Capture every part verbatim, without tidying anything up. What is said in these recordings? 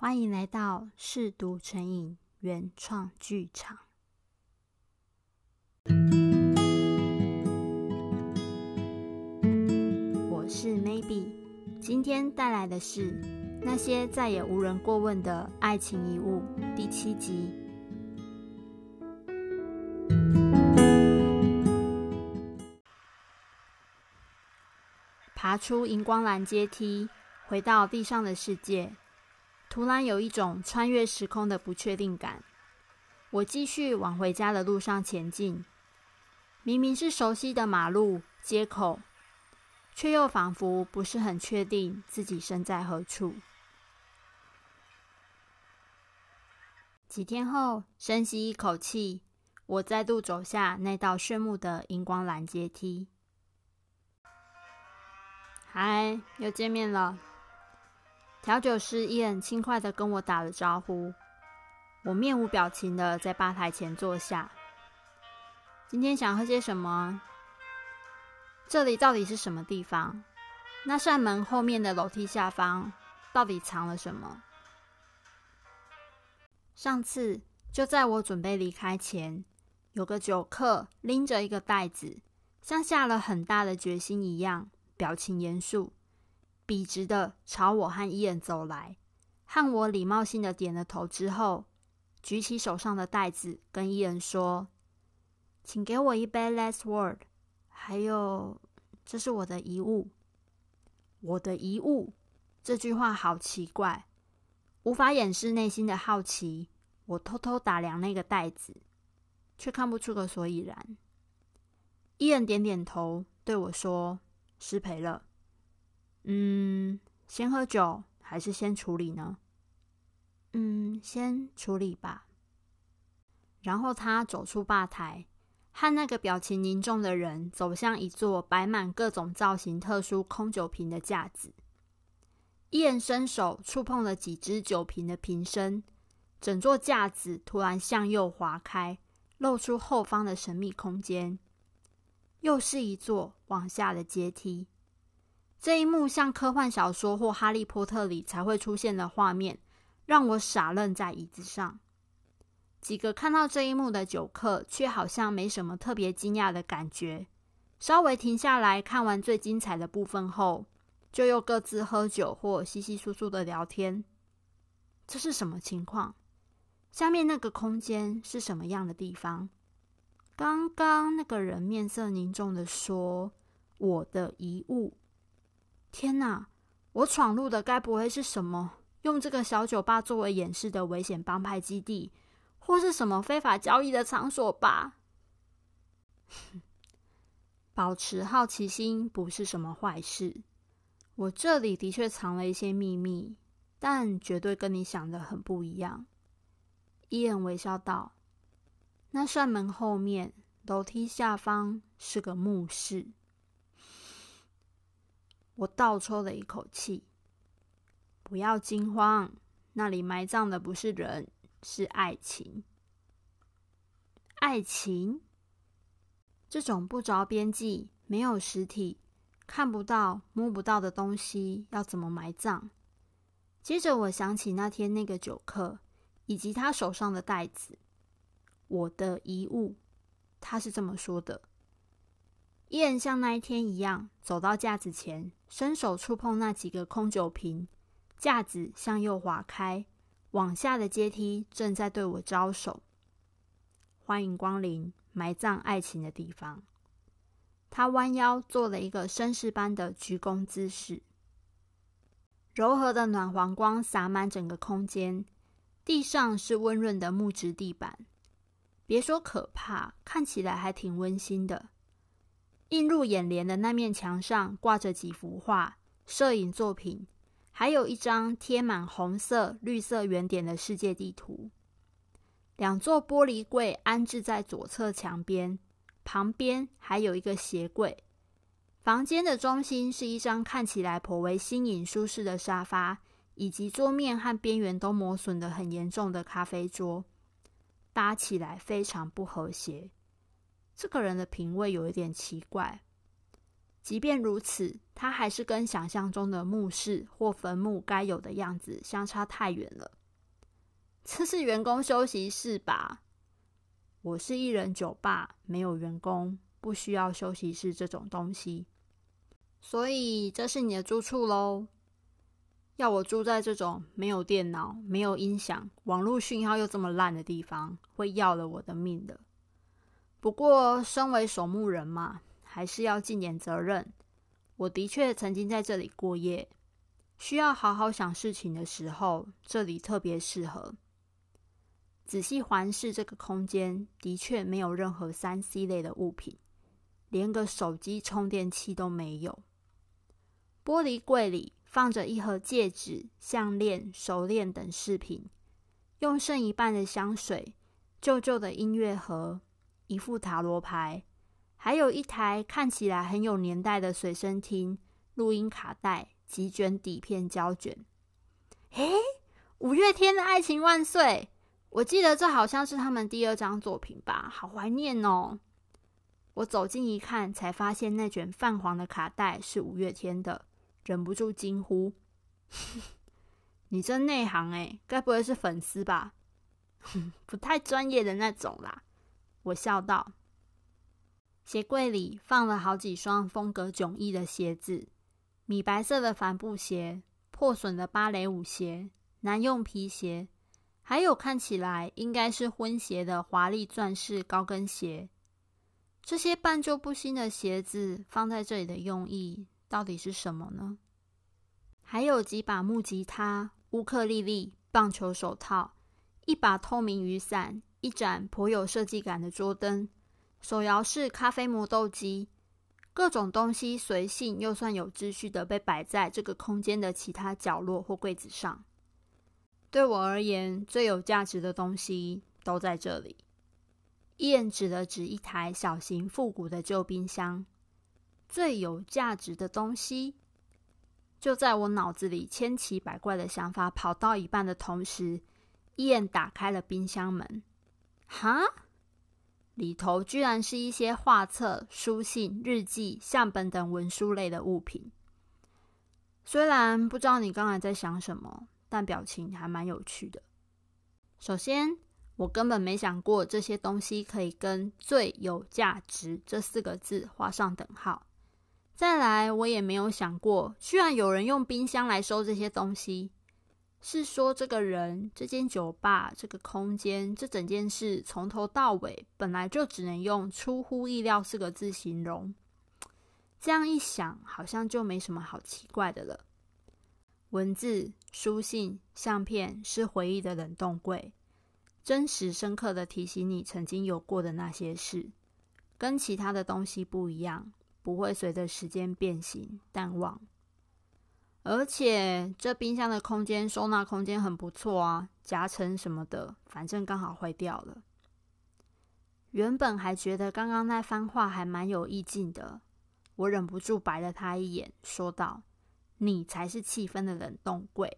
欢迎来到嗜读成瘾原创剧场。我是 Maybe， 今天带来的是那些再也无人过问的爱情遗物第七集。爬出荧光蓝阶梯，回到地上的世界，突然有一种穿越时空的不确定感。我继续往回家的路上前进，明明是熟悉的马路、街口，却又仿佛不是很确定自己身在何处。几天后，深吸一口气，我再度走下那道炫目的荧光蓝阶梯。嗨，又见面了。调酒师伊恩轻快地跟我打了招呼，我面无表情地在吧台前坐下。今天想喝些什么？这里到底是什么地方？那扇门后面的楼梯下方到底藏了什么？上次就在我准备离开前，有个酒客拎着一个袋子，像下了很大的决心一样，表情严肃，笔直的朝我和伊恩走来，和我礼貌性的点了头之后，举起手上的袋子跟伊恩说：“请给我一杯 Last Word， 还有，这是我的遗物。”我的遗物，这句话好奇怪，无法掩饰内心的好奇。我偷偷打量那个袋子，却看不出个所以然。伊恩点点头，对我说：“失陪了。嗯，先喝酒还是先处理呢？”嗯，先处理吧。然后他走出吧台，和那个表情凝重的人走向一座摆满各种造型特殊空酒瓶的架子。伊恩伸手触碰了几只酒瓶的瓶身，整座架子突然向右滑开，露出后方的神秘空间。又是一座往下的阶梯。这一幕像科幻小说或哈利波特里才会出现的画面，让我傻愣在椅子上。几个看到这一幕的酒客却好像没什么特别惊讶的感觉，稍微停下来看完最精彩的部分后，就又各自喝酒或稀稀疏疏的聊天。这是什么情况？下面那个空间是什么样的地方？刚刚那个人面色凝重地说：“我的遗物。”天哪，我闯入的该不会是什么用这个小酒吧作为掩饰的危险帮派基地，或是什么非法交易的场所吧？保持好奇心不是什么坏事。我这里的确藏了一些秘密，但绝对跟你想的很不一样。伊恩微笑道：“那扇门后面，楼梯下方是个墓室。”我倒抽了一口气。不要惊慌，那里埋葬的不是人，是爱情。爱情？这种不着边际、没有实体、看不到、摸不到的东西，要怎么埋葬？接着我想起那天那个酒客，以及他手上的袋子。我的遗物，他是这么说的。伊恩像那一天一样走到架子前，伸手触碰那几个空酒瓶，架子向右滑开，往下的阶梯正在对我招手。欢迎光临埋葬爱情的地方。他弯腰做了一个绅士般的鞠躬姿势。柔和的暖黄光洒满整个空间，地上是温润的木质地板。别说可怕，看起来还挺温馨的。映入眼帘的那面墙上挂着几幅画、摄影作品，还有一张贴满红色、绿色圆点的世界地图。两座玻璃柜安置在左侧墙边，旁边还有一个鞋柜。房间的中心是一张看起来颇为新颖舒适的沙发，以及桌面和边缘都磨损得很严重的咖啡桌，搭起来非常不和谐。这个人的品味有一点奇怪。 即便如此，它还是跟想象中的墓室或坟墓该有的样子相差太远了。这是员工休息室吧？我是一人酒吧，没有员工，不需要休息室这种东西。所以这是你的住处咯。要我住在这种没有电脑、没有音响、网络讯号又这么烂的地方，会要了我的命的。不过身为守墓人嘛，还是要尽点责任。我的确曾经在这里过夜，需要好好想事情的时候，这里特别适合。仔细环视这个空间，的确没有任何 三 C 类的物品，连个手机充电器都没有。玻璃柜里放着一盒戒指、项链、手链等饰品，用剩一半的香水，旧旧的音乐盒，一副塔罗牌，还有一台看起来很有年代的随身听、录音卡带及卷底片胶卷。诶，五月天的《爱情万岁》，我记得这好像是他们第二张作品吧，好怀念哦。我走近一看，才发现那卷泛黄的卡带是五月天的，忍不住惊呼：你真内行诶，该不会是粉丝吧？不太专业的那种啦。我笑道。鞋柜里放了好几双风格迥异的鞋子，米白色的帆布鞋，破损的芭蕾舞鞋，男用皮鞋，还有看起来应该是婚鞋的华丽钻饰高跟鞋。这些半旧不新的鞋子放在这里的用意到底是什么呢？还有几把木吉他、乌克丽丽、棒球手套，一把透明雨伞，一盏颇有设计感的桌灯，手摇式咖啡磨豆机，各种东西随性又算有秩序的被摆在这个空间的其他角落或柜子上。对我而言，最有价值的东西都在这里。一眼指了指一台小型复古的旧冰箱。最有价值的东西？就在我脑子里千奇百怪的想法跑到一半的同时，一眼打开了冰箱门。哈？里头居然是一些画册、书信、日记、相本等文书类的物品。虽然不知道你刚才在想什么，但表情还蛮有趣的。首先，我根本没想过这些东西可以跟最有价值这四个字画上等号。再来，我也没有想过居然有人用冰箱来收这些东西。是说这个人、这间酒吧、这个空间、这整件事从头到尾本来就只能用出乎意料四个字形容。这样一想，好像就没什么好奇怪的了。文字、书信、相片是回忆的冷冻柜，真实深刻的提醒你曾经有过的那些事，跟其他的东西不一样，不会随着时间变形淡忘。而且这冰箱的空间收纳空间很不错啊，夹层什么的，反正刚好坏掉了。原本还觉得刚刚那番话还蛮有意境的，我忍不住白了他一眼，说道：你才是气氛的冷冻柜。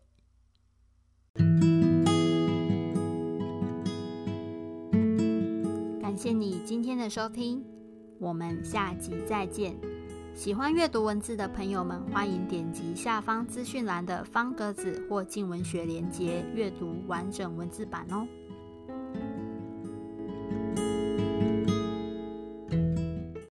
感谢你今天的收听，我们下集再见。喜欢阅读文字的朋友们，欢迎点击下方资讯栏的方格子或静文学连结，阅读完整文字版哦。